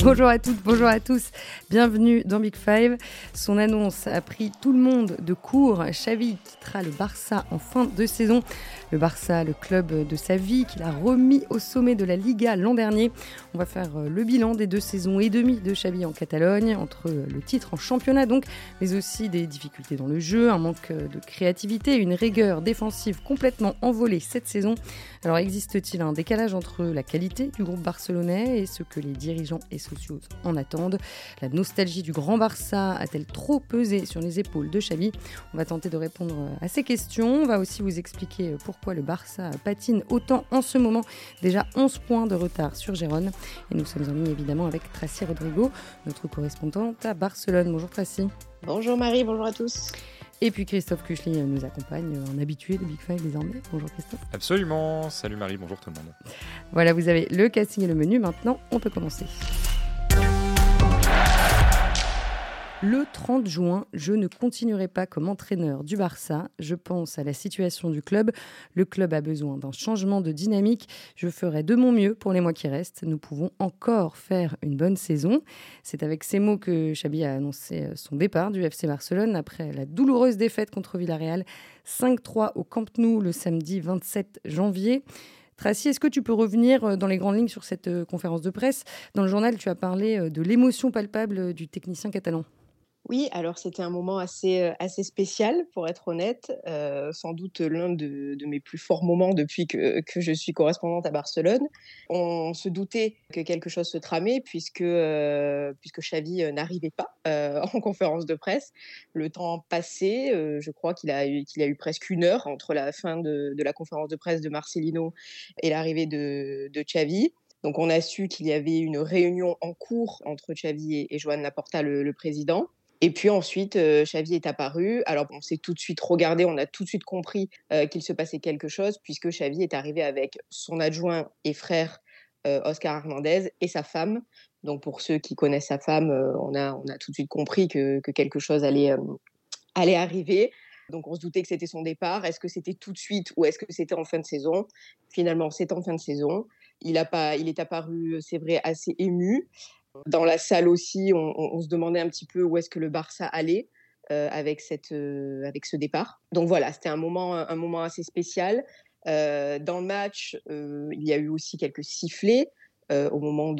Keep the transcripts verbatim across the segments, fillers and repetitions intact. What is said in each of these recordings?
Bonjour à toutes, bonjour à tous, bienvenue dans Big Five. Son annonce a pris tout le monde de court. Xavi quittera le Barça en fin de saison. Le Barça, le club de sa vie, qu'il a remis au sommet de la Liga l'an dernier. On va faire le bilan des deux saisons et demie de Xavi en Catalogne, entre le titre en championnat donc, mais aussi des difficultés dans le jeu, un manque de créativité, une rigueur défensive complètement envolée cette saison. Alors existe-t-il un décalage entre la qualité du groupe barcelonais et ce que les dirigeants et sociaux en attendent? La nostalgie du grand Barça a-t-elle trop pesé sur les épaules de Xavi? On va tenter de répondre à ces questions. On va aussi vous expliquer pourquoi le Barça patine autant en ce moment. Déjà onze points de retard sur Gérone. Et nous sommes en ligne évidemment avec Tracy Rodrigo, notre correspondante à Barcelone. Bonjour Tracy. Bonjour Marie, bonjour à tous. Et puis Christophe Kuchli nous accompagne, un habitué de Big Five désormais. Bonjour Christophe. Absolument, salut Marie, bonjour tout le monde. Voilà, vous avez le casting et le menu, maintenant on peut commencer. Le trente juin, je ne continuerai pas comme entraîneur du Barça. Je pense à la situation du club. Le club a besoin d'un changement de dynamique. Je ferai de mon mieux pour les mois qui restent. Nous pouvons encore faire une bonne saison. C'est avec ces mots que Xavi a annoncé son départ du F C Barcelone après la douloureuse défaite contre Villarreal cinq trois au Camp Nou le samedi vingt-sept janvier. Tracy, est-ce que tu peux revenir dans les grandes lignes sur cette conférence de presse? Dans le journal, tu as parlé de l'émotion palpable du technicien catalan. Oui, alors c'était un moment assez, assez spécial, pour être honnête. Euh, sans doute l'un de, de mes plus forts moments depuis que, que je suis correspondante à Barcelone. On se doutait que quelque chose se tramait puisque, euh, puisque Xavi n'arrivait pas euh, en conférence de presse. Le temps passé, euh, je crois qu'il a, eu, qu'il a eu presque une heure entre la fin de, de la conférence de presse de Marcelino et l'arrivée de, de Xavi. Donc on a su qu'il y avait une réunion en cours entre Xavi et, et Joan Laporta, le, le président. Et puis ensuite, euh, Xavi est apparu. Alors, on s'est tout de suite regardé, on a tout de suite compris euh, qu'il se passait quelque chose, puisque Xavi est arrivé avec son adjoint et frère, euh, Oscar Hernandez, et sa femme. Donc, pour ceux qui connaissent sa femme, euh, on, a, on a tout de suite compris que, que quelque chose allait, euh, allait arriver. Donc, on se doutait que c'était son départ. Est-ce que c'était tout de suite ou est-ce que c'était en fin de saison? Finalement, c'est en fin de saison. Il, a pas, il est apparu, c'est vrai, assez ému. Dans la salle aussi, on, on, on se demandait un petit peu où est-ce que le Barça allait euh, avec, cette, euh, avec ce départ. Donc voilà, c'était un moment, un moment assez spécial. Euh, dans le match, euh, il y a eu aussi quelques sifflets euh, au moment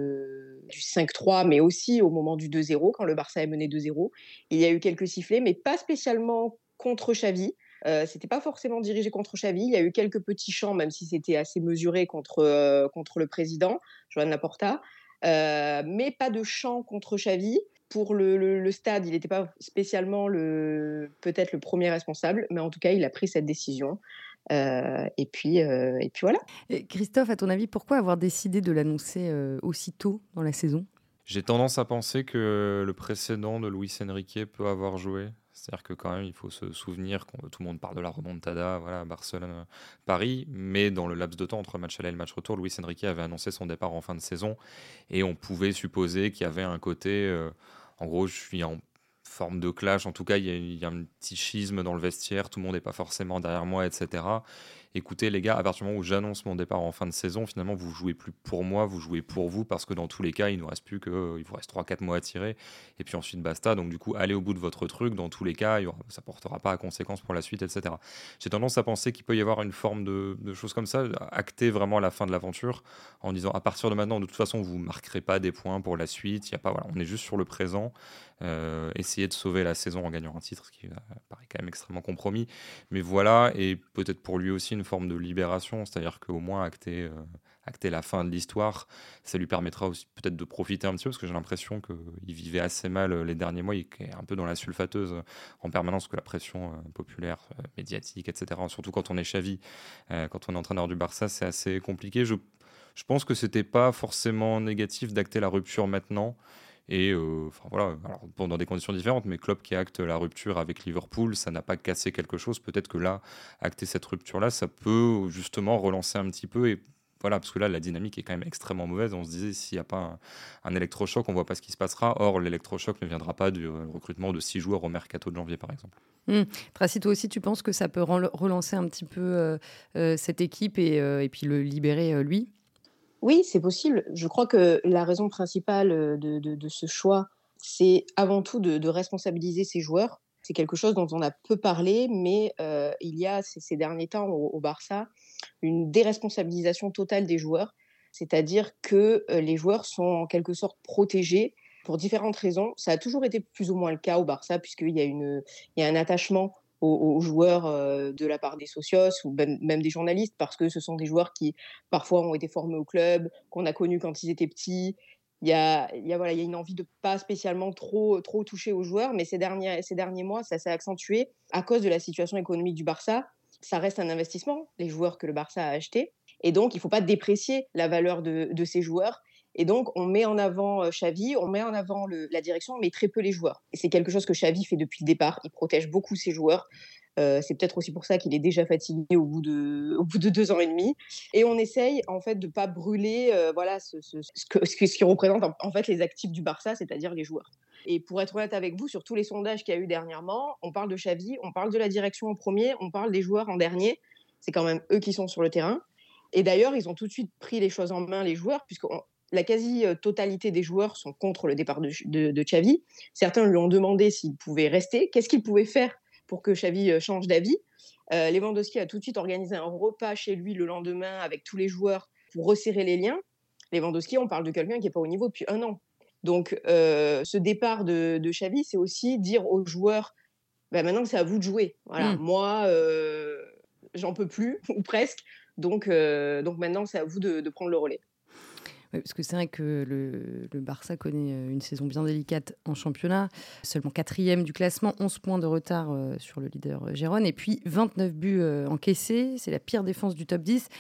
de, du cinq trois, mais aussi au moment du deux zéro, quand le Barça est mené deux zéro. Il y a eu quelques sifflets, mais pas spécialement contre Xavi. Euh, c'était pas forcément dirigé contre Xavi. Il y a eu quelques petits chants, même si c'était assez mesuré contre, euh, contre le président, Joan Laporta. Euh, mais pas de chant contre Xavi. Pour le, le, le stade, il n'était pas spécialement le, peut-être le premier responsable, mais en tout cas, il a pris cette décision. Euh, et, puis, euh, et puis voilà. Et Christophe, à ton avis, pourquoi avoir décidé de l'annoncer euh, aussi tôt dans la saison? J'ai tendance à penser que le précédent de Luis Enrique peut avoir joué. C'est-à-dire que quand même, il faut se souvenir que tout le monde parle de la remontada, voilà, Barcelone, Paris, mais dans le laps de temps entre le match aller et le match retour, Luis Enrique avait annoncé son départ en fin de saison et on pouvait supposer qu'il y avait un côté, euh, en gros, je suis en forme de clash, en tout cas, il y, a, il y a un petit schisme dans le vestiaire, tout le monde n'est pas forcément derrière moi, et cetera. Écoutez les gars, à partir du moment où j'annonce mon départ en fin de saison, finalement vous jouez plus pour moi, vous jouez pour vous, parce que dans tous les cas il ne nous reste plus que, euh, il vous reste trois quatre mois à tirer, et puis ensuite basta, donc du coup allez au bout de votre truc, dans tous les cas il y aura, ça ne portera pas à conséquence pour la suite, et cetera. J'ai tendance à penser qu'il peut y avoir une forme de, de choses comme ça, acter vraiment la fin de l'aventure, en disant à partir de maintenant de toute façon vous ne marquerez pas des points pour la suite, y a pas, voilà, on est juste sur le présent, euh, essayer de sauver la saison en gagnant un titre, ce qui euh, paraît quand même extrêmement compromis, mais voilà, et peut-être pour lui aussi une forme de libération, c'est-à-dire qu'au moins acter, euh, acter la fin de l'histoire, ça lui permettra aussi peut-être de profiter un petit peu, parce que j'ai l'impression qu'il vivait assez mal les derniers mois, il est un peu dans la sulfateuse en permanence, que la pression euh, populaire, euh, médiatique, et cetera. Surtout quand on est Xavi, euh, quand on est entraîneur du Barça, c'est assez compliqué. Je, je pense que c'était pas forcément négatif d'acter la rupture maintenant. Et euh, enfin voilà, alors bon, dans des conditions différentes, mais Klopp qui acte la rupture avec Liverpool, ça n'a pas cassé quelque chose. Peut-être que là, acter cette rupture-là, ça peut justement relancer un petit peu. Et voilà, parce que là, la dynamique est quand même extrêmement mauvaise. On se disait, s'il n'y a pas un, un électrochoc, on ne voit pas ce qui se passera. Or, l'électrochoc ne viendra pas du recrutement de six joueurs au mercato de janvier, par exemple. Mmh. Tracy, toi aussi, tu penses que ça peut relancer un petit peu euh, euh, cette équipe et, euh, et puis le libérer, euh, lui ? Oui, c'est possible. Je crois que la raison principale de, de, de ce choix, c'est avant tout de, de responsabiliser ces joueurs. C'est quelque chose dont on a peu parlé, mais euh, il y a ces, ces derniers temps au, au Barça une déresponsabilisation totale des joueurs. C'est-à-dire que euh, les joueurs sont en quelque sorte protégés pour différentes raisons. Ça a toujours été plus ou moins le cas au Barça, puisqu'il y a, une, il y a un attachement aux, aux joueurs euh, de la part des socios ou même, même des journalistes, parce que ce sont des joueurs qui parfois ont été formés au club, qu'on a connus quand ils étaient petits. Il y a, il y a, voilà, il y a une envie de pas spécialement trop, trop toucher aux joueurs, mais ces derniers, ces derniers mois, ça s'est accentué à cause de la situation économique du Barça. Ça reste un investissement, les joueurs que le Barça a achetés. Et donc, il ne faut pas déprécier la valeur de, de ces joueurs. Et donc, on met en avant Xavi, on met en avant le, la direction, mais très peu les joueurs. Et c'est quelque chose que Xavi fait depuis le départ. Il protège beaucoup ses joueurs. Euh, c'est peut-être aussi pour ça qu'il est déjà fatigué au bout de, au bout de deux ans et demi. Et on essaye en fait de pas brûler, euh, voilà, ce, ce, ce, que, ce, qui représente en, en fait les actifs du Barça, c'est-à-dire les joueurs. Et pour être honnête avec vous, sur tous les sondages qu'il y a eu dernièrement, on parle de Xavi, on parle de la direction en premier, on parle des joueurs en dernier. C'est quand même eux qui sont sur le terrain. Et d'ailleurs, ils ont tout de suite pris les choses en main, les joueurs, puisque on, la quasi-totalité des joueurs sont contre le départ de, de, de Xavi. Certains lui ont demandé s'il pouvait rester, qu'est-ce qu'il pouvait faire pour que Xavi change d'avis. Euh, Lewandowski a tout de suite organisé un repas chez lui le lendemain avec tous les joueurs pour resserrer les liens. Lewandowski, on parle de quelqu'un qui n'est pas au niveau depuis un an. Donc, euh, ce départ de, de Xavi, c'est aussi dire aux joueurs, bah, maintenant c'est à vous de jouer. Voilà, mmh. Moi, euh, j'en peux plus, ou presque. Donc, euh, donc maintenant, c'est à vous de, de prendre le relais. Oui, parce que c'est vrai que le, le Barça connaît une saison bien délicate en championnat. Seulement quatrième du classement, onze points de retard euh, sur le leader Gérone. Et puis vingt-neuf buts euh, encaissés. C'est la pire défense du top dix.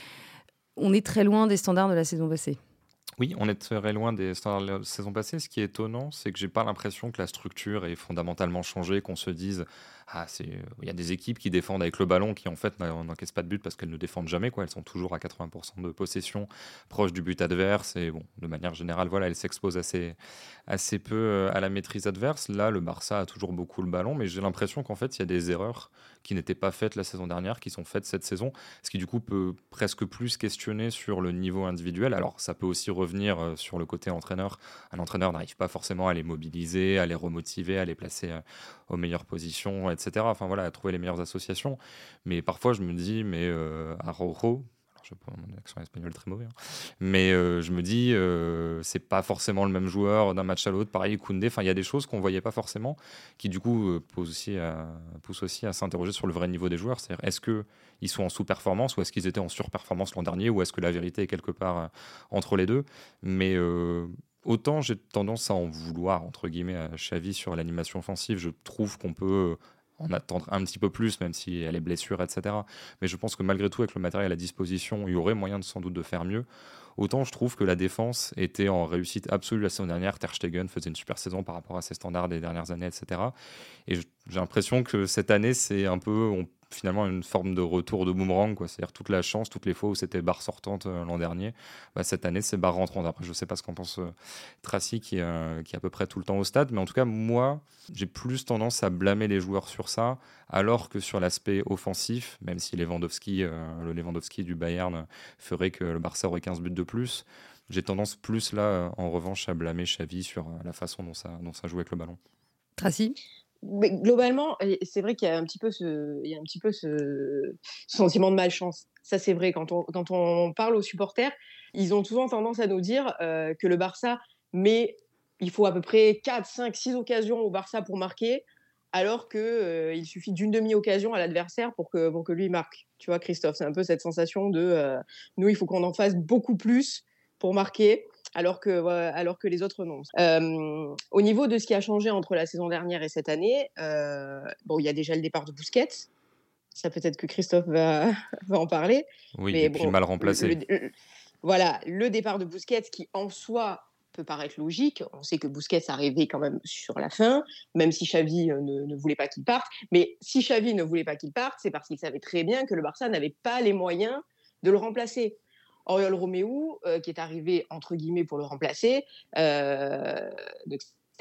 On est très loin des standards de la saison passée. Oui, on est très loin des standards de la saison passée. Ce qui est étonnant, c'est que j'ai pas l'impression que la structure ait fondamentalement changé, qu'on se dise ah c'est il y a des équipes qui défendent avec le ballon qui en fait n'encaissent pas de but parce qu'elles ne défendent jamais quoi. Elles sont toujours à quatre-vingts pour cent de possession proche du but adverse et bon de manière générale voilà elles s'exposent assez assez peu à la maîtrise adverse. Là le Barça a toujours beaucoup le ballon, mais j'ai l'impression qu'en fait il y a des erreurs qui n'étaient pas faites la saison dernière qui sont faites cette saison, ce qui du coup peut presque plus questionner sur le niveau individuel. Alors ça peut aussi revenir sur le côté entraîneur. Un entraîneur n'arrive pas forcément à les mobiliser, à les remotiver, à les placer aux meilleures positions, et cetera. Enfin voilà, à trouver les meilleures associations. Mais parfois je me dis, mais euh, Araujo, alors je sais pas, mon accent espagnol est très mauvais, hein. mais euh, je me dis, euh, c'est pas forcément le même joueur d'un match à l'autre. Pareil, Koundé. Enfin, il y a des choses qu'on voyait pas forcément, qui du coup euh, poussent aussi à, poussent aussi à s'interroger sur le vrai niveau des joueurs. C'est-à-dire, est-ce que ils sont en sous-performance ou est-ce qu'ils étaient en sur-performance l'an dernier ou est-ce que la vérité est quelque part euh, entre les deux. Mais euh, autant j'ai tendance à en vouloir, entre guillemets, à Xavi sur l'animation offensive. Je trouve qu'on peut en attendre un petit peu plus, même si elle est blessure, et cetera. Mais je pense que malgré tout, avec le matériel à disposition, il y aurait moyen de, sans doute de faire mieux. Autant je trouve que la défense était en réussite absolue la saison dernière. Ter Stegen faisait une super saison par rapport à ses standards des dernières années, et cetera. Et j'ai l'impression que cette année, c'est un peu... On finalement une forme de retour de boomerang, quoi. C'est-à-dire toute la chance, toutes les fois où c'était barre sortante euh, l'an dernier, bah, cette année c'est barre rentrante. Après je sais pas ce qu'en pense euh, Tracy qui, euh, qui est à peu près tout le temps au stade, mais en tout cas moi j'ai plus tendance à blâmer les joueurs sur ça, alors que sur l'aspect offensif, même si Lewandowski, euh, le Lewandowski du Bayern ferait que le Barça aurait quinze buts de plus, j'ai tendance plus là en revanche à blâmer Xavi sur la façon dont ça, dont ça joue avec le ballon. Tracy ? Mais globalement, c'est vrai qu'il y a un petit peu ce, il y a un petit peu ce, ce sentiment de malchance. Ça, c'est vrai. Quand on, quand on parle aux supporters, ils ont souvent tendance à nous dire euh, que le Barça met, il faut à peu près quatre, cinq, six occasions au Barça pour marquer, alors qu'il euh, suffit d'une demi-occasion à l'adversaire pour que, pour que lui marque. Tu vois, Christophe, c'est un peu cette sensation de euh, nous, il faut qu'on en fasse beaucoup plus pour marquer. Alors que, euh, alors que les autres non. Euh, au niveau de ce qui a changé entre la saison dernière et cette année, euh, bon, il y a déjà le départ de Busquets. Ça, peut-être que Christophe va, va en parler. Oui, mais et bon, puis mal remplacé. Le, le, le, voilà, le départ de Busquets qui, en soi, peut paraître logique. On sait que Busquets arrivait quand même sur la fin, même si Xavi ne, ne voulait pas qu'il parte. Mais si Xavi ne voulait pas qu'il parte, c'est parce qu'il savait très bien que le Barça n'avait pas les moyens de le remplacer. Oriol Romeu, euh, qui est arrivé entre guillemets pour le remplacer, euh, donc,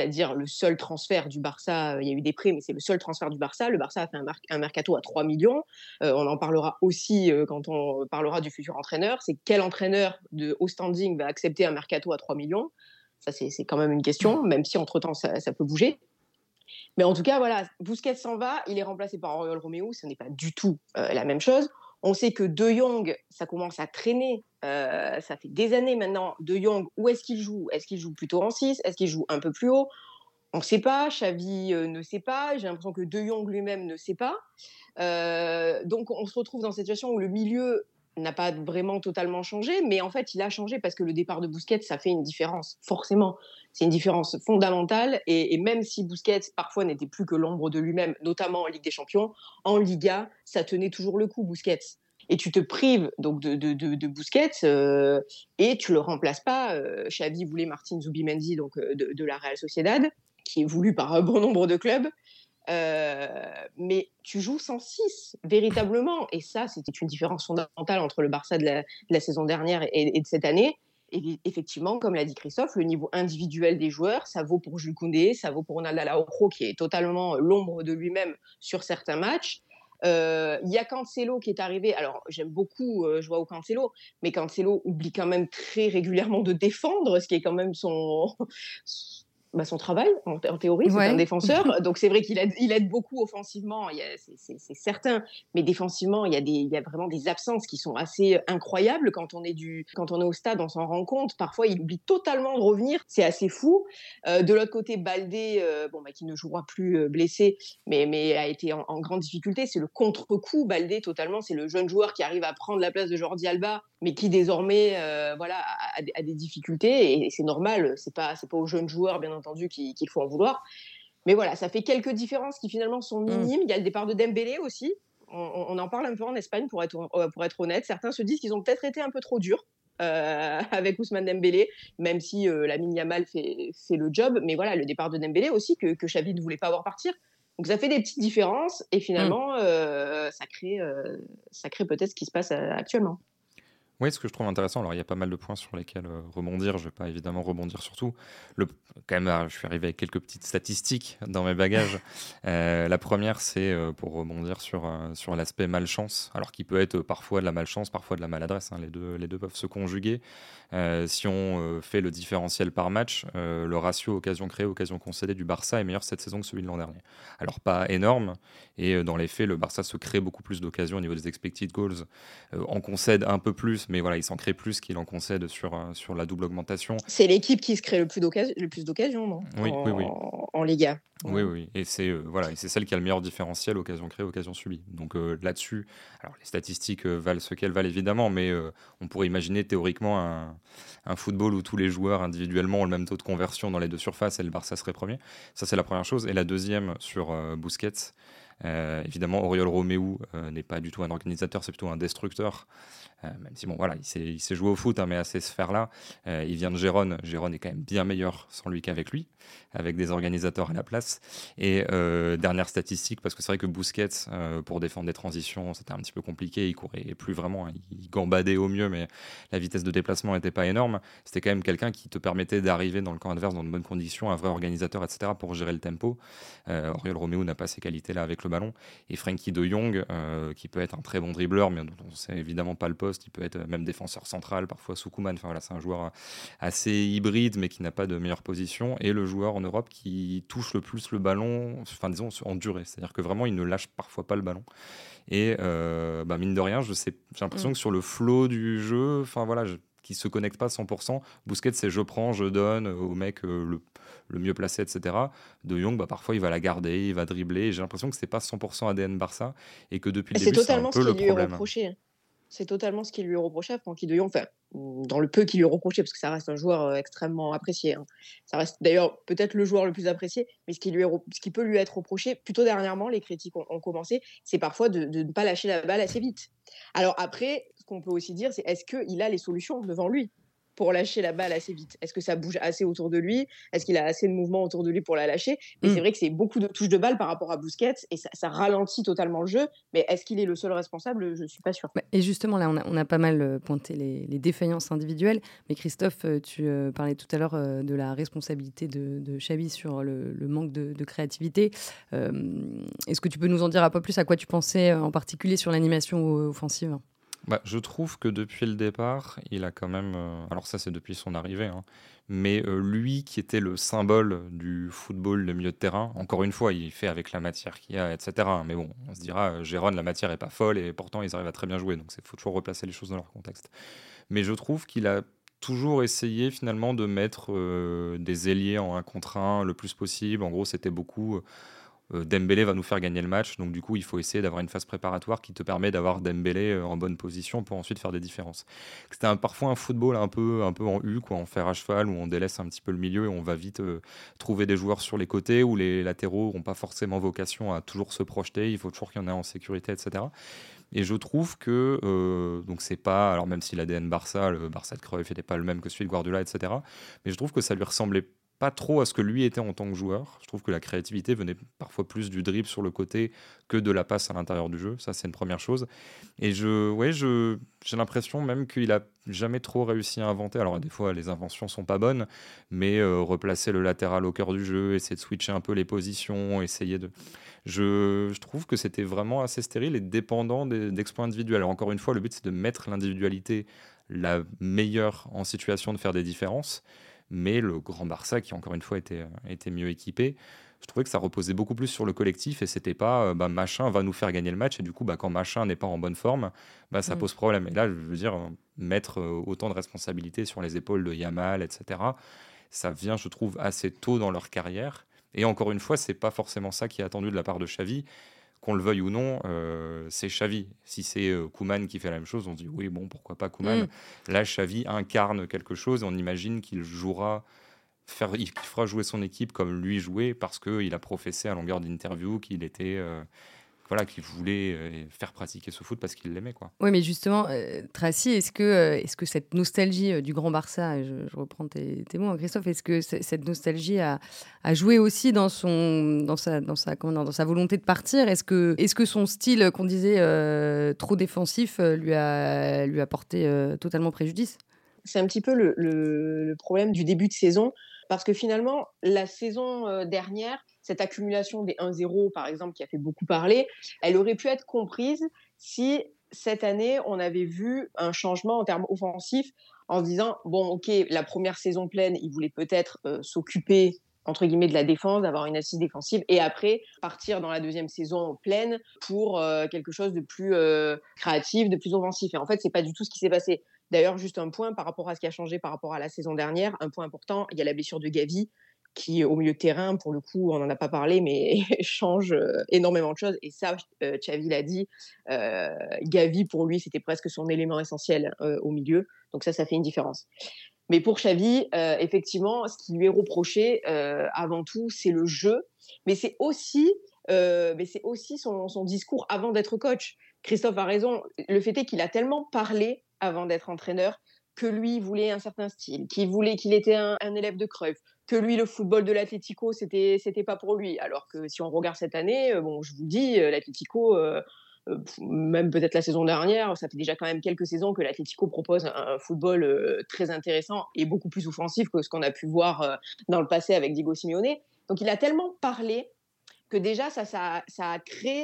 c'est-à-dire le seul transfert du Barça. Il y a eu des prêts, mais c'est le seul transfert du Barça. Le Barça a fait un, mar- un mercato à trois millions. Euh, on en parlera aussi euh, quand on parlera du futur entraîneur. C'est quel entraîneur de haut standing va accepter un mercato à trois millions? Ça, c'est, c'est quand même une question, même si entre-temps, ça, ça peut bouger. Mais en tout cas, voilà, Busquets s'en va, il est remplacé par Oriol Romeu, ce n'est pas du tout euh, la même chose. On sait que De Jong, ça commence à traîner, euh, ça fait des années maintenant. De Jong, où est-ce qu'il joue? Est-ce qu'il joue plutôt en six? Est-ce qu'il joue un peu plus haut? On ne sait pas, Xavi euh, ne sait pas, j'ai l'impression que De Jong lui-même ne sait pas. Euh, donc on se retrouve dans cette situation où le milieu n'a pas vraiment totalement changé, mais en fait il a changé parce que le départ de Busquets, ça fait une différence, forcément. C'est une différence fondamentale, et, et même si Busquets parfois n'était plus que l'ombre de lui-même, notamment en Ligue des Champions, en Liga, ça tenait toujours le coup, Busquets. Et tu te prives donc de, de, de, de Busquets euh, et tu le remplaces pas. Euh, Xavi voulait Martin Zubimendi, donc euh, de, de la Real Sociedad, qui est voulu par un bon nombre de clubs. Euh, mais tu joues sans six, véritablement. Et ça, c'était une différence fondamentale entre le Barça de la, de la saison dernière et, et de cette année. Et effectivement, comme l'a dit Christophe, le niveau individuel des joueurs, ça vaut pour Jules Koundé, ça vaut pour Ronald Araujo, qui est totalement l'ombre de lui-même sur certains matchs. Il euh, y a Cancelo qui est arrivé. Alors, j'aime beaucoup euh, Joao Cancelo, mais Cancelo oublie quand même très régulièrement de défendre, ce qui est quand même son... Bah, son travail, en, en théorie, c'est ouais. un défenseur. Donc, c'est vrai qu'il aide, il aide beaucoup offensivement, il y a, c'est, c'est, c'est certain. Mais défensivement, il y, a des, il y a vraiment des absences qui sont assez incroyables. Quand on est, du, quand on est au stade, on s'en rend compte. Parfois, il oublie totalement de revenir. C'est assez fou. Euh, de l'autre côté, Baldé, euh, bon, bah, qui ne jouera plus euh, blessé, mais, mais a été en, en grande difficulté. C'est le contre-coup, Baldé, totalement. C'est le jeune joueur qui arrive à prendre la place de Jordi Alba, mais qui désormais euh, voilà, a, a, a des difficultés. Et, et c'est normal. C'est pas, c'est pas aux jeunes joueurs, bien entendu, entendu qu'il, qu'il faut en vouloir. Mais voilà, ça fait quelques différences qui finalement sont minimes. Mmh. Il y a le départ de Dembélé aussi. On, on en parle un peu en Espagne, pour être, pour être honnête. Certains se disent qu'ils ont peut-être été un peu trop durs euh, avec Ousmane Dembélé, même si euh, Lamine Yamal fait, fait le job. Mais voilà, le départ de Dembélé aussi, que, que Xavi ne voulait pas voir partir. Donc ça fait des petites différences et finalement, mmh. euh, ça, crée, euh, ça crée peut-être ce qui se passe euh, actuellement. Oui, ce que je trouve intéressant, alors il y a pas mal de points sur lesquels euh, rebondir, je ne vais pas évidemment rebondir sur tout. Le, quand même, euh, je suis arrivé avec quelques petites statistiques dans mes bagages. Euh, la première, c'est euh, pour rebondir sur, euh, sur l'aspect malchance, alors qui peut être parfois de la malchance, parfois de la maladresse, hein, les, deux, les deux peuvent se conjuguer. Euh, si on euh, fait le différentiel par match, euh, le ratio occasion créée, occasion concédée du Barça est meilleur cette saison que celui de l'an dernier. Alors pas énorme, et euh, dans les faits, le Barça se crée beaucoup plus d'occasions au niveau des expected goals, euh, en concède un peu plus, mais voilà, il s'en crée plus qu'il en concède sur, euh, sur la double augmentation. C'est l'équipe qui se crée le plus d'occasions, le plus d'occasions non oui, en, oui, oui. en Liga. Oui, oui, et c'est, euh, voilà, et c'est celle qui a le meilleur différentiel, occasion créée, occasion subie. Donc euh, là-dessus, alors les statistiques euh, valent ce qu'elles valent évidemment, mais euh, on pourrait imaginer théoriquement un, un football où tous les joueurs individuellement ont le même taux de conversion dans les deux surfaces et le Barça serait premier. Ça, c'est la première chose. Et la deuxième, sur euh, Busquets, euh, évidemment, Oriol Romeu euh, n'est pas du tout un organisateur, c'est plutôt un destructeur. Euh, même si bon, voilà, il s'est, il s'est joué au foot, hein, mais à ces sphères-là, euh, il vient de Gérone. Gérone est quand même bien meilleur sans lui qu'avec lui, avec des organisateurs à la place. Et euh, dernière statistique, parce que c'est vrai que Busquets, euh, pour défendre des transitions, c'était un petit peu compliqué. Il courait plus vraiment, hein, il gambadait au mieux, mais la vitesse de déplacement n'était pas énorme. C'était quand même quelqu'un qui te permettait d'arriver dans le camp adverse dans de bonnes conditions, un vrai organisateur, et cetera, pour gérer le tempo. Euh, Oriol Romeu n'a pas ces qualités-là avec le ballon. Et Frenkie de Jong, euh, qui peut être un très bon dribbleur, mais dont on sait évidemment pas le poste. Il peut être même défenseur central, parfois sous Koeman. Enfin, voilà, c'est un joueur assez hybride, mais qui n'a pas de meilleure position. Et le joueur en Europe qui touche le plus le ballon, enfin disons en durée. C'est-à-dire que vraiment, il ne lâche parfois pas le ballon. Et euh, bah, mine de rien, je sais, j'ai l'impression mmh. que sur le flow du jeu, enfin voilà, je, qui se connecte pas cent pour cent. Busquets, c'est je prends, je donne au mec euh, le, le mieux placé, et cetera. De Jong, bah, parfois, il va la garder, il va dribbler. Et j'ai l'impression que c'est pas cent pour cent A D N Barça et que depuis le et début, c'est, totalement c'est un peu ce qui le lui problème. Est reproché. C'est totalement ce qui lui est reproché à Frenkie de Jong, enfin, dans le peu qu'il lui est reproché, parce que ça reste un joueur extrêmement apprécié. Hein. Ça reste d'ailleurs peut-être le joueur le plus apprécié, mais ce qui, lui est, ce qui peut lui être reproché, plutôt dernièrement, les critiques ont, ont commencé, c'est parfois de, de ne pas lâcher la balle assez vite. Alors après, ce qu'on peut aussi dire, c'est est-ce qu'il a les solutions devant lui pour lâcher la balle assez vite? Est-ce que ça bouge assez autour de lui? Est-ce qu'il a assez de mouvement autour de lui pour la lâcher? Mais Mmh. c'est vrai que c'est beaucoup de touches de balle par rapport à Busquets et ça, ça ralentit totalement le jeu. Mais est-ce qu'il est le seul responsable? Je ne suis pas sûre. Bah, et justement, là, on a, on a pas mal euh, pointé les, les défaillances individuelles. Mais Christophe, euh, tu euh, parlais tout à l'heure euh, de la responsabilité de, de Xavi sur le, le manque de, de créativité. Euh, est-ce que tu peux nous en dire un peu plus à quoi tu pensais, euh, en particulier sur l'animation euh, offensive? Bah, je trouve que depuis le départ, il a quand même. euh, alors, ça, c'est depuis son arrivée, hein, mais euh, lui qui était le symbole du football de milieu de terrain, encore une fois, il fait avec la matière qu'il y a, et cetera. hein, Mais bon, on se dira, euh, Gérone, la matière est pas folle et pourtant, ils arrivent à très bien jouer. Donc, il faut toujours replacer les choses dans leur contexte. Mais je trouve qu'il a toujours essayé finalement de mettre euh, des ailiers en un contre un le plus possible. En gros, c'était beaucoup. euh, Dembélé va nous faire gagner le match, donc du coup il faut essayer d'avoir une phase préparatoire qui te permet d'avoir Dembélé euh, en bonne position pour ensuite faire des différences. C'était un- parfois un football un peu, un peu en U, quoi, en fer à cheval, où on délaisse un petit peu le milieu et on va vite euh, trouver des joueurs sur les côtés, où les latéraux n'ont pas forcément vocation à toujours se projeter, il faut toujours qu'il y en ait en sécurité, et cetera. Et je trouve que, euh, donc c'est pas, alors même si l'A D N Barça, le Barça de Cruyff n'était pas le même que celui de Guardiola, et cetera, mais je trouve que ça lui ressemblait pas trop à ce que lui était en tant que joueur. Je trouve que la créativité venait parfois plus du dribble sur le côté que de la passe à l'intérieur du jeu. Ça, c'est une première chose. Et je, ouais, je, j'ai l'impression même qu'il a jamais trop réussi à inventer. Alors, des fois, les inventions sont pas bonnes, mais euh, replacer le latéral au cœur du jeu, essayer de switcher un peu les positions, essayer de. Je, je trouve que c'était vraiment assez stérile et dépendant des- d'exploits individuels. Alors, encore une fois, le but, c'est de mettre l'individualité la meilleure en situation de faire des différences. Mais le grand Barça, qui encore une fois était, était mieux équipé, je trouvais que ça reposait beaucoup plus sur le collectif et c'était pas euh, bah, machin va nous faire gagner le match. Et du coup, bah, quand machin n'est pas en bonne forme, bah, ça Mm. pose problème. Et là, je veux dire, euh, mettre euh, autant de responsabilités sur les épaules de Yamal, et cetera, ça vient, je trouve, assez tôt dans leur carrière. Et encore une fois, c'est pas forcément ça qui est attendu de la part de Xavi. Qu'on le veuille ou non, euh, c'est Xavi. Si c'est euh, Koeman qui fait la même chose, on se dit oui, bon, pourquoi pas Koeman. Mm. Là, Xavi incarne quelque chose et on imagine qu'il jouera, faire, il fera jouer son équipe comme lui jouait parce qu'il a professé à longueur d'interview qu'il était, euh, voilà, qu'il voulait euh, faire pratiquer ce foot parce qu'il l'aimait, quoi. Oui, mais justement, euh, Tracy, est-ce que, euh, est-ce que cette nostalgie euh, du grand Barça, et je, je reprends tes, tes mots, hein, Christophe, est-ce que c- cette nostalgie a, a joué aussi dans, son, dans, sa, dans, sa, comment dire, dans sa volonté de partir? Est-ce que, est-ce que son style, qu'on disait euh, trop défensif, euh, lui, a, lui a porté euh, totalement préjudice? C'est un petit peu le, le- le problème du début de saison, parce que finalement, la saison euh, dernière, cette accumulation des un zéro, par exemple, qui a fait beaucoup parler, elle aurait pu être comprise si cette année, on avait vu un changement en termes offensifs, en se disant, bon, ok, la première saison pleine, il voulait peut-être euh, s'occuper entre guillemets de la défense, d'avoir une assise défensive, et après partir dans la deuxième saison pleine pour euh, quelque chose de plus euh, créatif, de plus offensif. Et en fait, c'est pas du tout ce qui s'est passé. D'ailleurs, juste un point par rapport à ce qui a changé par rapport à la saison dernière, un point important, il y a la blessure de Gavi qui, au milieu de terrain, pour le coup, on n'en a pas parlé, mais change euh, énormément de choses. Et ça, euh, Xavi l'a dit, euh, Gavi, pour lui, c'était presque son élément essentiel euh, au milieu. Donc ça, ça fait une différence. Mais pour Xavi, euh, effectivement, ce qui lui est reproché, euh, avant tout, c'est le jeu, mais c'est aussi, euh, mais c'est aussi son, son discours avant d'être coach. Christophe a raison. Le fait est qu'il a tellement parlé avant d'être entraîneur que lui voulait un certain style, qu'il voulait qu'il était un, un élève de Cruyff, que lui le football de l'Atlético c'était c'était pas pour lui. Alors que si on regarde cette année, euh, bon, je vous dis, euh, l'Atlético. Euh, euh, même peut-être la saison dernière, ça fait déjà quand même quelques saisons que l'Atlético propose un, un football euh, très intéressant et beaucoup plus offensif que ce qu'on a pu voir euh, dans le passé avec Diego Simeone. Donc il a tellement parlé que déjà ça, ça, ça a créé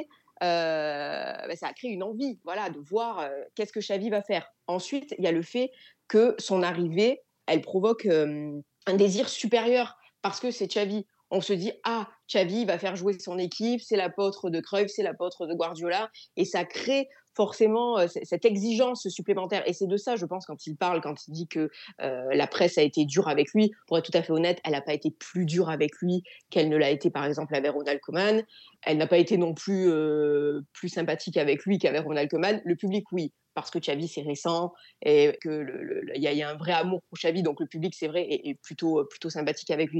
euh, ben, ça a créé une envie, voilà, de voir euh, qu'est-ce que Xavi va faire. Ensuite, il y a le fait que son arrivée, elle provoque euh, un désir supérieur parce que c'est Xavi. On se dit, ah, Xavi va faire jouer son équipe, c'est l'apôtre de Cruyff, c'est l'apôtre de Guardiola, et ça crée forcément euh, cette exigence supplémentaire. Et c'est de ça, je pense, quand il parle, quand il dit que euh, la presse a été dure avec lui. Pour être tout à fait honnête, elle n'a pas été plus dure avec lui qu'elle ne l'a été, par exemple, avec Ronald Koeman. Elle n'a pas été non plus euh, plus sympathique avec lui qu'avec Ronald Koeman. Le public, oui, parce que Xavi, c'est récent et qu'il y, y a un vrai amour pour Xavi, donc le public, c'est vrai, est, est plutôt, plutôt sympathique avec lui.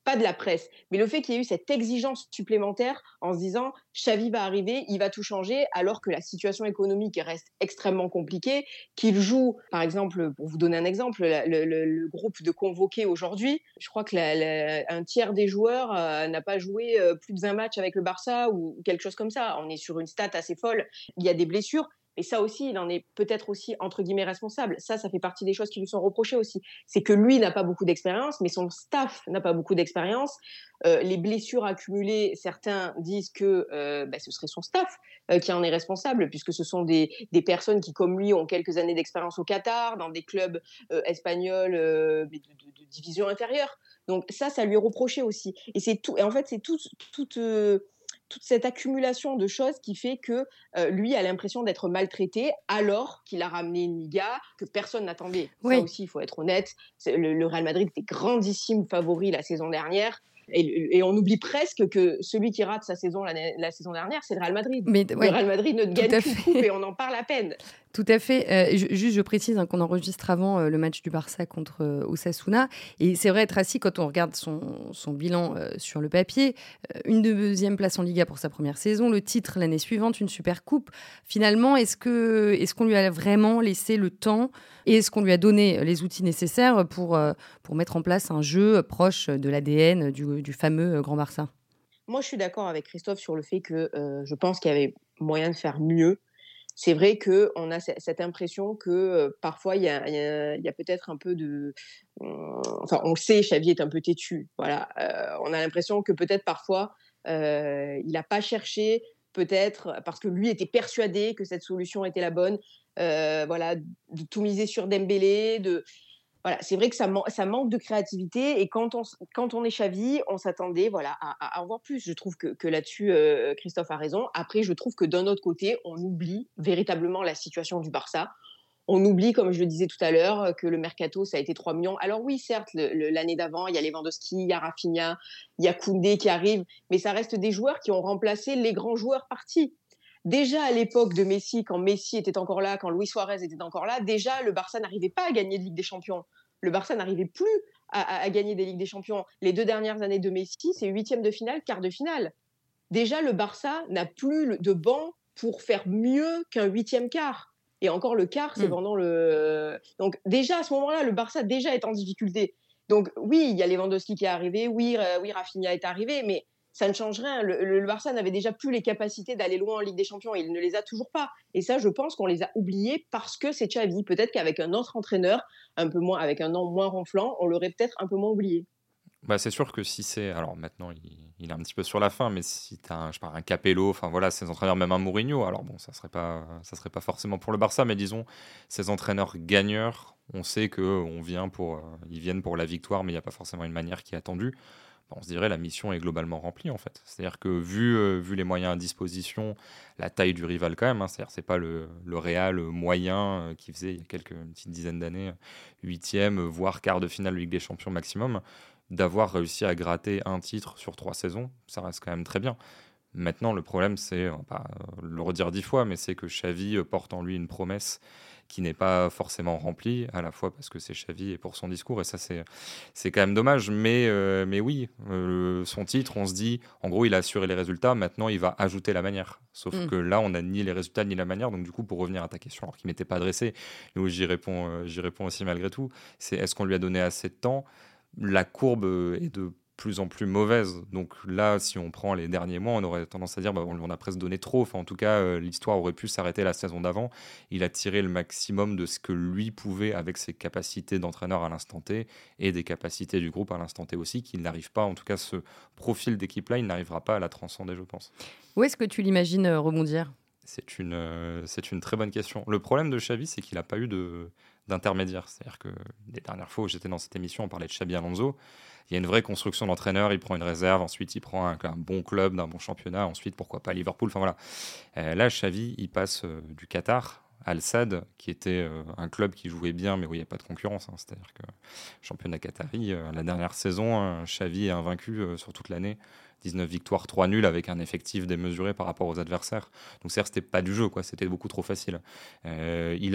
pas de la presse, mais le fait qu'il y ait eu cette exigence supplémentaire en se disant Xavi va arriver, il va tout changer, alors que la situation économique reste extrêmement compliquée, qu'il joue, par exemple, pour vous donner un exemple, la- le, le- le groupe de convoqués aujourd'hui, je crois que la- la- un tiers des joueurs euh, n'a pas joué euh, plus de vingt matchs avec le Barça ou, ou quelque chose comme ça. On est sur une stat assez folle. Il y a des blessures. Et ça aussi, il en est peut-être aussi, entre guillemets, responsable. Ça, ça fait partie des choses qui lui sont reprochées aussi. C'est que lui n'a pas beaucoup d'expérience, mais son staff n'a pas beaucoup d'expérience. Euh, les blessures accumulées, certains disent que euh, bah, ce serait son staff euh, qui en est responsable, puisque ce sont des, des personnes qui, comme lui, ont quelques années d'expérience au Qatar, dans des clubs euh, espagnols euh, de, de, de division inférieure. Donc ça, ça lui est reproché aussi. Et, c'est tout, et en fait, c'est tout... tout euh, toute cette accumulation de choses qui fait que euh, lui a l'impression d'être maltraité alors qu'il a ramené une Liga que personne n'attendait. Oui. Ça aussi, il faut être honnête. Le, le Real Madrid était grandissime favori la saison dernière. Et, et on oublie presque que celui qui rate sa saison la, la saison dernière, c'est le Real Madrid. Mais, le ouais, Real Madrid ne gagne qu'une coupe et on en parle à peine. Tout à fait. Euh, je, juste, je précise hein, qu'on enregistre avant euh, le match du Barça contre euh, Osasuna. Et c'est vrai, Tracy, quand on regarde son, son bilan euh, sur le papier, euh, une deuxième place en Liga pour sa première saison, le titre l'année suivante, une super coupe. Finalement, est-ce, que, est-ce qu'on lui a vraiment laissé le temps et est-ce qu'on lui a donné les outils nécessaires pour, euh, pour mettre en place un jeu proche de l'A D N du, du fameux Grand Barça ? Moi, je suis d'accord avec Christophe sur le fait que euh, je pense qu'il y avait moyen de faire mieux. C'est vrai qu'on a cette impression que euh, parfois, il y a, y, a, y a peut-être un peu de... Euh, enfin, on le sait, Xavi est un peu têtu. Voilà. Euh, on a l'impression que peut-être parfois, euh, il n'a pas cherché, peut-être parce que lui était persuadé que cette solution était la bonne, euh, voilà, de tout miser sur Dembélé, de... Voilà, c'est vrai que ça, man- ça manque de créativité et quand on, s- quand on est Xavi, on s'attendait voilà, à, à en voir plus. Je trouve que, que là-dessus, euh, Christophe a raison. Après, je trouve que d'un autre côté, on oublie véritablement la situation du Barça. On oublie, comme je le disais tout à l'heure, que le mercato, ça a été trois millions. Alors oui, certes, le- le- l'année d'avant, il y a Lewandowski, il y a Rafinha, il y a Koundé qui arrive, mais ça reste des joueurs qui ont remplacé les grands joueurs partis. Déjà à l'époque de Messi, quand Messi était encore là, quand Luis Suarez était encore là, déjà le Barça n'arrivait pas à gagner de Ligue des Champions. Le Barça n'arrivait plus à, à, à gagner des Ligues des Champions. Les deux dernières années de Messi, c'est huitième de finale, quart de finale. Déjà, le Barça n'a plus de banc pour faire mieux qu'un huitième quart. Et encore, le quart, c'est Mm. pendant le... Donc déjà, à ce moment-là, le Barça déjà est en difficulté. Donc oui, il y a Lewandowski qui est arrivé, oui, euh, oui Rafinha est arrivé, mais ça ne change rien. Le, le, le Barça n'avait déjà plus les capacités d'aller loin en Ligue des Champions et il ne les a toujours pas. Et ça, je pense qu'on les a oubliés parce que c'est Xavi. Peut-être qu'avec un autre entraîneur, un peu moins, avec un nom moins ronflant, on l'aurait peut-être un peu moins oublié. Bah, c'est sûr que si c'est. Alors maintenant, il, il est un petit peu sur la fin, mais si tu as un, je sais pas, un Capello, enfin voilà, ces entraîneurs, même un Mourinho, alors bon, ça serait pas, ça serait pas forcément pour le Barça, mais disons, ces entraîneurs gagneurs, on sait qu'on vient pour, euh, ils viennent pour la victoire, mais il n'y a pas forcément une manière qui est attendue. Bah, on se dirait la mission est globalement remplie en fait. C'est-à-dire que vu, euh, vu les moyens à disposition, la taille du rival quand même, hein, c'est-à-dire c'est pas le, le Real moyen euh, qui faisait il y a quelques une petite dizaine d'années huitième, voire quart de finale de Ligue des Champions maximum, d'avoir réussi à gratter un titre sur trois saisons, ça reste quand même très bien. Maintenant, le problème, c'est, on va pas euh, le redire dix fois, mais c'est que Xavi euh, porte en lui une promesse qui n'est pas forcément remplie, à la fois parce que c'est Xavi et pour son discours, et ça, c'est, c'est quand même dommage. Mais, euh, mais oui, euh, son titre, on se dit, en gros, il a assuré les résultats, maintenant, il va ajouter la manière. Sauf Mm. que là, on n'a ni les résultats ni la manière, donc du coup, pour revenir à ta question, alors qui ne m'était pas adressée, et où j'y réponds, euh, j'y réponds aussi malgré tout, c'est est-ce qu'on lui a donné assez de temps? La courbe euh, est de plus en plus mauvaise. Donc là, si on prend les derniers mois, on aurait tendance à dire bah, on lui en a presque donné trop. Enfin, en tout cas, euh, l'histoire aurait pu s'arrêter la saison d'avant. Il a tiré le maximum de ce que lui pouvait avec ses capacités d'entraîneur à l'instant T et des capacités du groupe à l'instant T aussi, qu'il n'arrive pas, en tout cas, ce profil d'équipe-là, il n'arrivera pas à la transcender, je pense. Où est-ce que tu l'imagines euh, rebondir ? C'est une, euh, c'est une très bonne question. Le problème de Xavi, c'est qu'il n'a pas eu de, d'intermédiaire. C'est-à-dire que les dernières fois où j'étais dans cette émission, on parlait de Xabi Alonso. Il y a une vraie construction d'entraîneur. Il prend une réserve, ensuite il prend un, un bon club d'un bon championnat, ensuite pourquoi pas Liverpool. Enfin voilà. Euh, là, Xavi, il passe euh, du Qatar à Al Sadd, qui était euh, un club qui jouait bien, mais où il n'y avait pas de concurrence. Hein. C'est-à-dire que championnat qatari, euh, la dernière saison, euh, Xavi est invaincu euh, sur toute l'année. dix-neuf victoires, trois nuls avec un effectif démesuré par rapport aux adversaires. Donc c'est-à-dire que c'était pas du jeu, quoi. C'était beaucoup trop facile. Euh, il a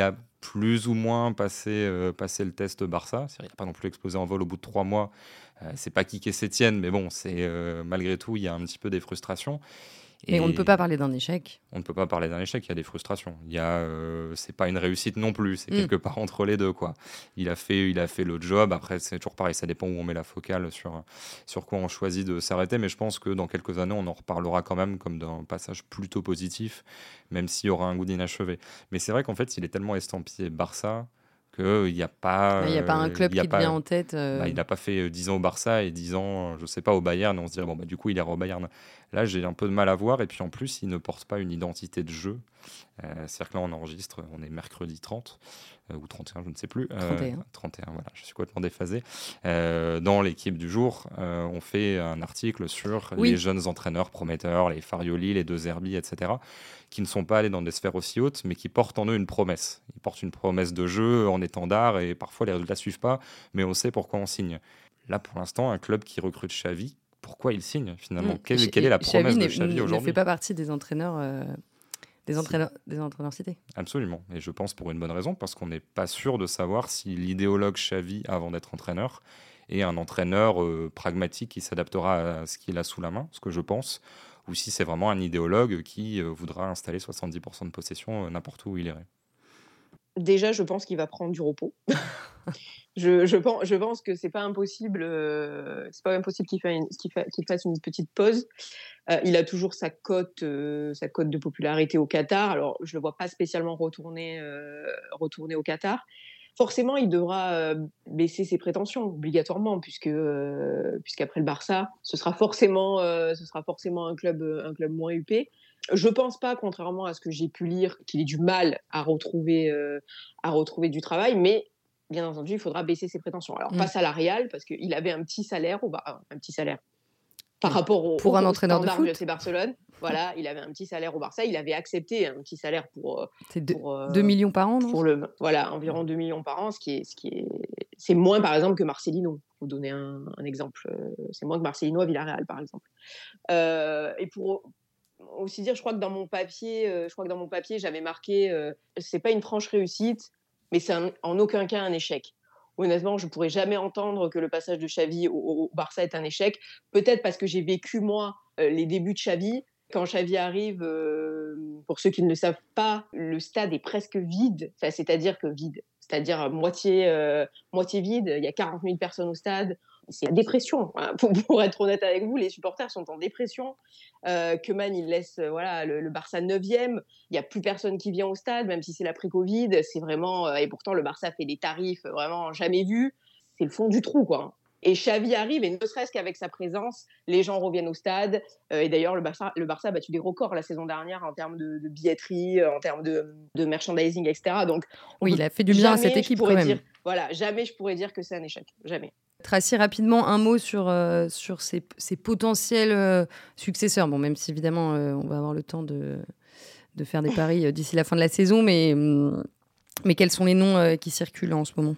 plus ou moins passé, euh, passé le test Barça. C'est-à-dire, il n'a pas non plus explosé en vol au bout de trois mois. Euh, c'est pas Quique Sétienne, mais bon, c'est, euh, malgré tout, il y a un petit peu des frustrations. Mais on ne peut Et pas parler d'un échec. on ne peut pas parler d'un échec, il y a des frustrations. Il y a, euh, c'est pas une réussite non plus, c'est Mm. quelque part entre les deux, quoi. Il a fait, il a fait le job. Après, c'est toujours pareil, ça dépend où on met la focale, sur, sur quoi on choisit de s'arrêter. Mais je pense que dans quelques années, on en reparlera quand même comme d'un passage plutôt positif, même s'il y aura un goût d'inachevé. Mais c'est vrai qu'en fait, il est tellement estampillé Barça qu'il n'y a pas, Il n'y a pas un euh, club il y a qui te vient pas, en tête. euh, bah, il n'a pas fait euh, dix ans au Barça et dix ans, euh, je sais pas, au Bayern, et on se dirait, bon, bah, du coup, il ira au Bayern. Là, j'ai un peu de mal à voir, et puis en plus, il ne porte pas une identité de jeu. Euh, c'est-à-dire que là, on enregistre, on est mercredi trente, euh, ou trente et un, je ne sais plus. Euh, trente et un. trente et un, voilà, je suis complètement déphasé. Euh, dans l'équipe du jour, euh, on fait un article sur Oui. les jeunes entraîneurs prometteurs, les Farioli, les De Zerbi, et cetera, qui ne sont pas allés dans des sphères aussi hautes, mais qui portent en eux une promesse. Ils portent une promesse de jeu en étendard, et parfois les résultats ne suivent pas, mais on sait pourquoi on signe. Là, pour l'instant, un club qui recrute Xavi, pourquoi il signe finalement? Mm. Quelle, Ch- quelle est la Xavi promesse de n'est- Xavi ne aujourd'hui? fait pas partie des entraîneurs, euh, des Si. entraîneurs, des entraîneurs cités. Absolument. Et je pense pour une bonne raison, parce qu'on n'est pas sûr de savoir si l'idéologue Xavi, avant d'être entraîneur, est un entraîneur euh, pragmatique qui s'adaptera à ce qu'il a sous la main, ce que je pense, ou si c'est vraiment un idéologue qui euh, voudra installer soixante-dix pour cent de possession euh, n'importe où il irait. Déjà, je pense qu'il va prendre du repos. je, je, pense, je pense que c'est pas impossible, euh, c'est pas impossible qu'il, fa- qu'il fa- qu'il fasse une petite pause. Euh, il a toujours sa cote, euh, sa cote de popularité au Qatar. Alors, je le vois pas spécialement retourner, euh, retourner au Qatar. Forcément, il devra euh, baisser ses prétentions obligatoirement, puisque euh, puisqu'après le Barça, ce sera forcément, euh, ce sera forcément un club, un club moins huppé. Je pense pas, contrairement à ce que j'ai pu lire, qu'il ait du mal à retrouver, euh, à retrouver du travail, mais bien entendu, il faudra baisser ses prétentions. Alors, Mm. pas salarial, parce qu'il avait un petit salaire, au Bar- un petit salaire par rapport au, Pour au, un au entraîneur de standard du foot. F C Barcelone. Voilà, il avait un petit salaire au Barça, il avait accepté un petit salaire pour, euh, C'est deux, pour, euh, deux millions par an, non? pour le, voilà, environ deux millions par an, ce qui est, ce qui est, c'est moins par exemple que Marcelino. Pour vous donner un, un exemple, euh, c'est moins que Marcelino à Villarreal, par exemple. Euh, et pour aussi dire, je crois que dans mon papier, euh, je crois que dans mon papier, j'avais marqué, euh, c'est pas une franche réussite, mais c'est un, en aucun cas un échec. Honnêtement, je pourrais jamais entendre que le passage de Xavi au, au Barça est un échec. Peut-être parce que j'ai vécu moi euh, les débuts de Xavi. Quand Xavi arrive, euh, pour ceux qui ne le savent pas, le stade est presque vide. Enfin, c'est-à-dire que vide, c'est-à-dire moitié, euh, moitié vide. Il y a quarante mille personnes au stade. C'est la dépression. Hein. Pour, pour être honnête avec vous, les supporters sont en dépression. Euh, Koeman, il laisse euh, voilà, le, le Barça neuvième. Il n'y a plus personne qui vient au stade, même si c'est l'après-Covid. C'est vraiment, euh, et pourtant, le Barça fait des tarifs vraiment jamais vus. C'est le fond du trou, quoi. Et Xavi arrive, et ne serait-ce qu'avec sa présence, les gens reviennent au stade. Euh, et d'ailleurs, le Barça, le Barça a battu des records la saison dernière en termes de, de billetterie, en termes de, de merchandising, et cetera. Donc, oui, il a fait du bien à cette équipe quand même. Dire, voilà, jamais je pourrais dire que c'est un échec. Jamais. Tracy, rapidement, un mot sur, euh, sur ses, ses potentiels euh, successeurs. Bon, même si évidemment, euh, on va avoir le temps de, de faire des paris euh, d'ici la fin de la saison, mais, mais quels sont les noms euh, qui circulent en ce moment?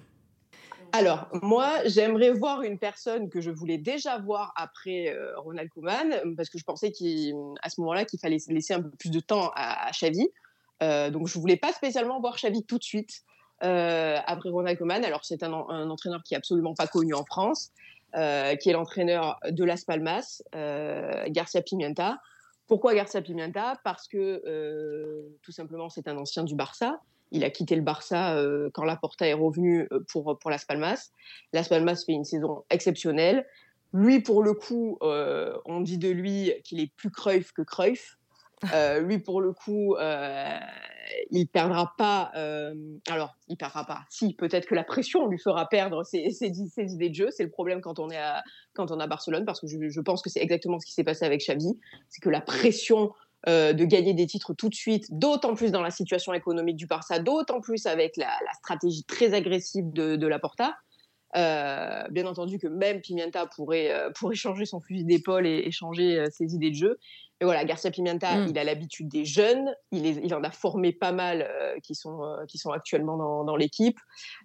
Alors, moi, j'aimerais voir une personne que je voulais déjà voir après euh, Ronald Koeman, parce que je pensais qu'à ce moment-là, qu'il fallait laisser un peu plus de temps à, à Xavi. Euh, donc, je ne voulais pas spécialement voir Xavi tout de suite euh, après Ronald Koeman. Alors, c'est un, un entraîneur qui n'est absolument pas connu en France, euh, qui est l'entraîneur de Las Palmas, euh, Garcia Pimienta. Pourquoi Garcia Pimienta? Parce que, euh, tout simplement, c'est un ancien du Barça. Il a quitté le Barça euh, quand Laporta est revenu pour, pour Las Palmas. Las Palmas fait une saison exceptionnelle. Lui, pour le coup, euh, on dit de lui qu'il est plus Cruyff que Cruyff. Euh, lui, pour le coup, euh, il ne perdra pas... Euh, alors, il ne perdra pas. Si, peut-être que la pression lui fera perdre ses, ses, ses idées de jeu. C'est le problème quand on est à, quand on est à Barcelone, parce que je, je pense que c'est exactement ce qui s'est passé avec Xavi. C'est que la pression... Euh, de gagner des titres tout de suite, d'autant plus dans la situation économique du Barça, d'autant plus avec la, la stratégie très agressive de, de Laporta. Euh, bien entendu que même Pimienta pourrait, euh, pourrait changer son fusil d'épaule et, et changer euh, ses idées de jeu. Mais voilà, Garcia Pimienta, mm. il a l'habitude des jeunes, il, les, il en a formé pas mal euh, qui, sont, euh, qui sont actuellement dans, dans l'équipe,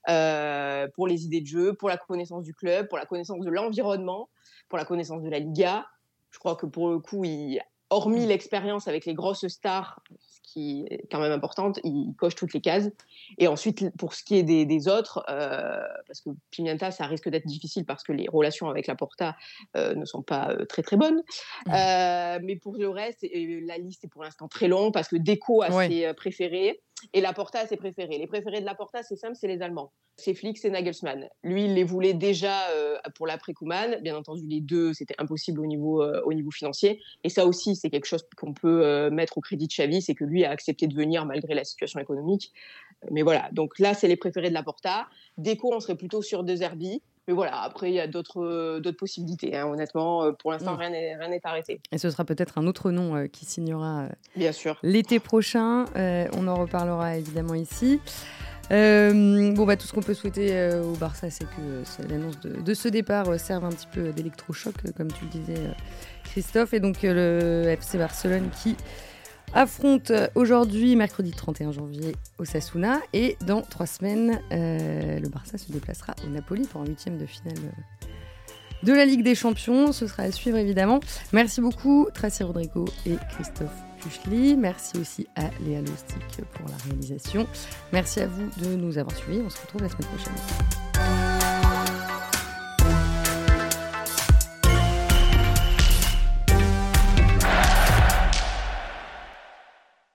euh, pour les idées de jeu, pour la connaissance du club, pour la connaissance de l'environnement, pour la connaissance de la Liga. Je crois que pour le coup, il hormis l'expérience avec les grosses stars, ce qui est quand même importante, il, il coche toutes les cases. Et ensuite, pour ce qui est des, des autres, euh, parce que Pimienta, ça risque d'être difficile parce que les relations avec Laporta euh, ne sont pas euh, très très bonnes. Mmh. Euh, mais pour le reste, et la liste est pour l'instant très longue parce que Deco a ouais. ses préférés et Laporta a ses préférés. Les préférés de Laporta, c'est simple, c'est les Allemands. C'est Flick, c'est Nagelsmann. Lui, il les voulait déjà euh, pour l'après-Koeman. Bien entendu, les deux, c'était impossible au niveau, euh, au niveau financier. Et ça aussi, c'est quelque chose qu'on peut euh, mettre au crédit de Xavi, c'est que lui a accepté de venir malgré la situation économique. Mais voilà, donc là, c'est les préférés de Laporta. Deco, on serait plutôt sur De Zerbi. Mais voilà, après, il y a d'autres, euh, d'autres possibilités. Hein. Honnêtement, pour l'instant, mmh. rien n'est, rien n'est arrêté. Et ce sera peut-être un autre nom euh, qui signera euh, Bien sûr. l'été prochain. Euh, on en reparlera évidemment ici. Euh, bon, bah, tout ce qu'on peut souhaiter euh, au Barça, c'est que euh, l'annonce de, de ce départ euh, serve un petit peu d'électrochoc, euh, comme tu le disais, euh, Christophe. Et donc, euh, le F C Barcelone qui affronte aujourd'hui, mercredi trente et un janvier, Osasuna. Et dans trois semaines, euh, le Barça se déplacera au Napoli pour un huitième de finale euh, de la Ligue des Champions. Ce sera à suivre, évidemment. Merci beaucoup, Tracy Rodrigo et Christophe Puchli. Merci aussi à Léa Lustig pour la réalisation. Merci à vous de nous avoir suivis. On se retrouve la semaine prochaine.